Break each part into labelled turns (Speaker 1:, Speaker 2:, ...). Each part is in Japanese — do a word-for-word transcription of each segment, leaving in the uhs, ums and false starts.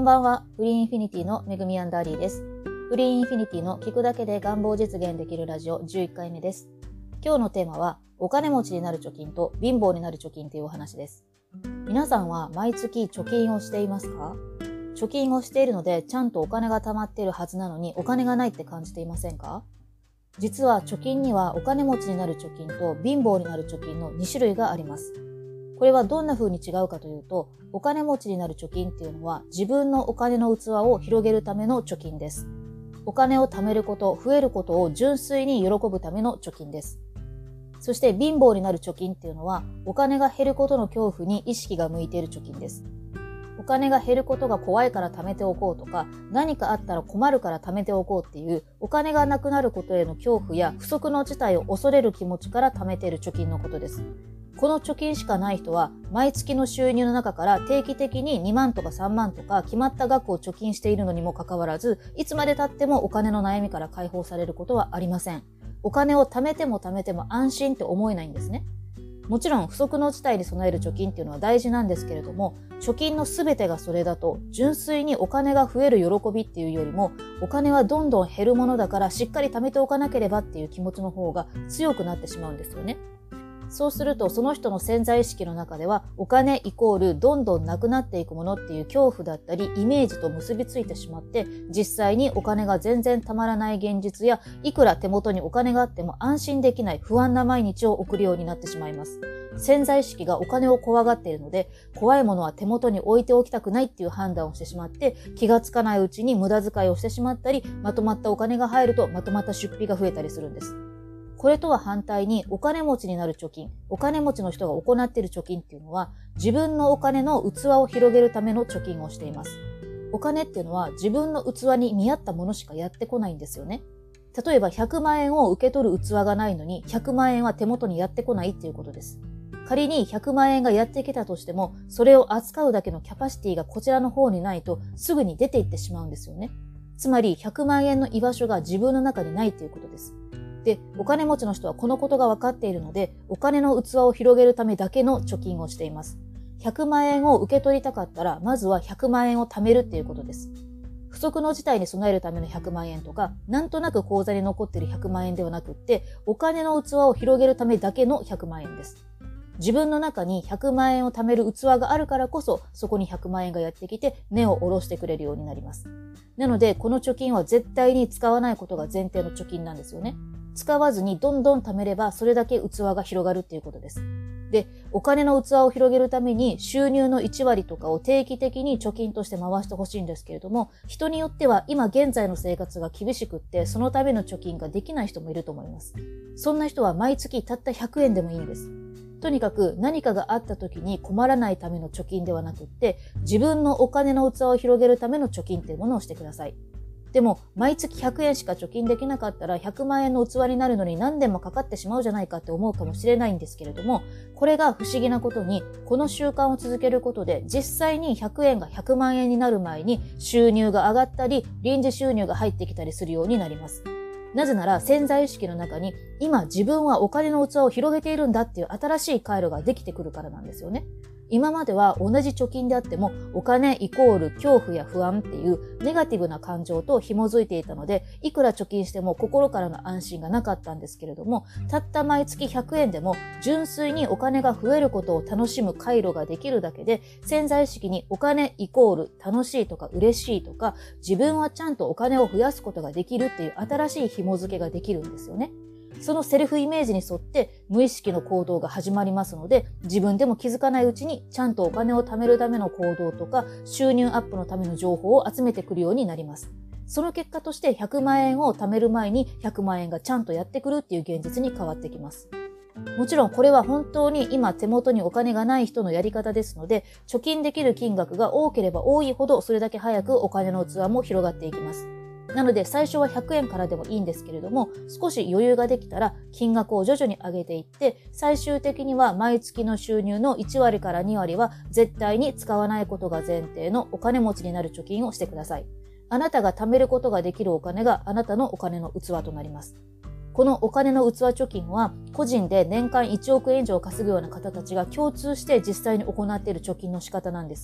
Speaker 1: んばんは。フリーインフィニティのめぐみ&アリーです。フリーインフィニティの聞くだけで願望実現できるラジオじゅういっかいめです。今日のテーマは、お金持ちになる貯金と貧乏になる貯金というお話です。皆さんは毎月貯金をしていますか？貯金をしているのでちゃんとお金が貯まっているはずなのにお金がないって感じていませんか？実は貯金にはお金持ちになる貯金と貧乏になる貯金のに種類があります。これはどんな風に違うかというと、お金持ちになる貯金っていうのは自分のお金の器を広げるための貯金です。お金を貯めること、増えることを純粋に喜ぶための貯金です。そして貧乏になる貯金っていうのは、お金が減ることの恐怖に意識が向いている貯金です。お金が減ることが怖いから貯めておこうとか、何かあったら困るから貯めておこうっていう、お金がなくなることへの恐怖や不測の事態を恐れる気持ちから貯めている貯金のことです。この貯金しかない人は、毎月の収入の中から定期的ににまんとかさんまんとか決まった額を貯金しているのにもかかわらず、いつまで経ってもお金の悩みから解放されることはありません。お金を貯めても貯めても安心って思えないんですね。もちろん不測の事態に備える貯金っていうのは大事なんですけれども、貯金のすべてがそれだと、純粋にお金が増える喜びっていうよりも、お金はどんどん減るものだからしっかり貯めておかなければっていう気持ちの方が強くなってしまうんですよね。そうするとその人の潜在意識の中では、お金イコールどんどんなくなっていくものっていう恐怖だったりイメージと結びついてしまって、実際にお金が全然たまらない現実や、いくら手元にお金があっても安心できない不安な毎日を送るようになってしまいます。潜在意識がお金を怖がっているので、怖いものは手元に置いておきたくないっていう判断をしてしまって、気がつかないうちに無駄遣いをしてしまったり、まとまったお金が入るとまとまった出費が増えたりするんです。これとは反対に、お金持ちになる貯金、お金持ちの人が行っている貯金っていうのは、自分のお金の器を広げるための貯金をしています。お金っていうのは自分の器に見合ったものしかやってこないんですよね。例えばひゃくまんえんを受け取る器がないのに、ひゃくまんえんは手元にやってこないっていうことです。仮にひゃくまんえんがやってきたとしても、それを扱うだけのキャパシティがこちらの方にないと、すぐに出ていってしまうんですよね。つまりひゃくまんえんの居場所が自分の中にないということです。で、お金持ちの人はこのことが分かっているので、お金の器を広げるためだけの貯金をしています。ひゃくまんえんを受け取りたかったら、まずはひゃくまんえんを貯めるっていうことです。不測の事態に備えるためのひゃくまんえんとか、なんとなく口座に残っているひゃくまんえんではなくって、お金の器を広げるためだけのひゃくまんえんです。自分の中にひゃくまんえんを貯める器があるからこそ、そこにひゃくまんえんがやってきて根を下ろしてくれるようになります。なので、この貯金は絶対に使わないことが前提の貯金なんですよね。使わずにどんどん貯めれば、それだけ器が広がるっていうことです。で、お金の器を広げるために収入のいちわりとかを定期的に貯金として回してほしいんですけれども、人によっては今現在の生活が厳しくって、そのための貯金ができない人もいると思います。そんな人は毎月たったひゃくえんでもいいんです。とにかく何かがあった時に困らないための貯金ではなくって、自分のお金の器を広げるための貯金っていうものをしてください。でも、毎月ひゃくえんしか貯金できなかったらひゃくまんえんの器になるのに何年もかかってしまうじゃないかって思うかもしれないんですけれども、これが不思議なことに、この習慣を続けることで実際にひゃくえんがひゃくまんえんになる前に収入が上がったり、臨時収入が入ってきたりするようになります。なぜなら潜在意識の中に今自分はお金の器を広げているんだっていう新しい回路ができてくるからなんですよね。今までは同じ貯金であってもお金イコール恐怖や不安っていうネガティブな感情と紐づいていたので、いくら貯金しても心からの安心がなかったんですけれども、たった毎月ひゃくえんでも純粋にお金が増えることを楽しむ回路ができるだけで、潜在意識にお金イコール楽しいとか嬉しいとか、自分はちゃんとお金を増やすことができるっていう新しい紐付けができるんですよね。そのセルフイメージに沿って無意識の行動が始まりますので、自分でも気づかないうちにちゃんとお金を貯めるための行動とか収入アップのための情報を集めてくるようになります。その結果としてひゃくまんえんを貯める前にひゃくまんえんがちゃんとやってくるっていう現実に変わってきます。もちろんこれは本当に今手元にお金がない人のやり方ですので、貯金できる金額が多ければ多いほどそれだけ早くお金の器も広がっていきます。なので最初はひゃくえんからでもいいんですけれども、少し余裕ができたら金額を徐々に上げていって、最終的には毎月の収入のいちわりからにわりは絶対に使わないことが前提のお金持ちになる貯金をしてください。あなたが貯めることができるお金があなたのお金の器となります。このお金の器貯金は個人で年間いちおくえん以上稼ぐような方たちが共通して実際に行っている貯金の仕方なんです。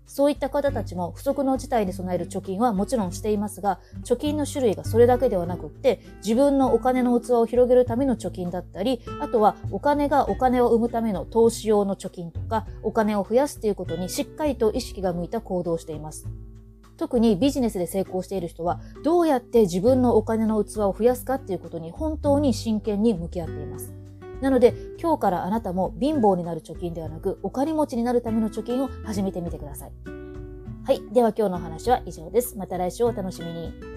Speaker 1: そういった方たちも不測の事態に備える貯金はもちろんしていますが、貯金の種類がそれだけではなくって、自分のお金の器を広げるための貯金だったり、あとはお金がお金を生むための投資用の貯金とか、お金を増やすということにしっかりと意識が向いた行動をしています。特にビジネスで成功している人は、どうやって自分のお金の器を増やすかっていうことに本当に真剣に向き合っています。なので、今日からあなたも貧乏になる貯金ではなく、お金持ちになるための貯金を始めてみてください。はい。では今日のお話は以上です。また来週お楽しみに。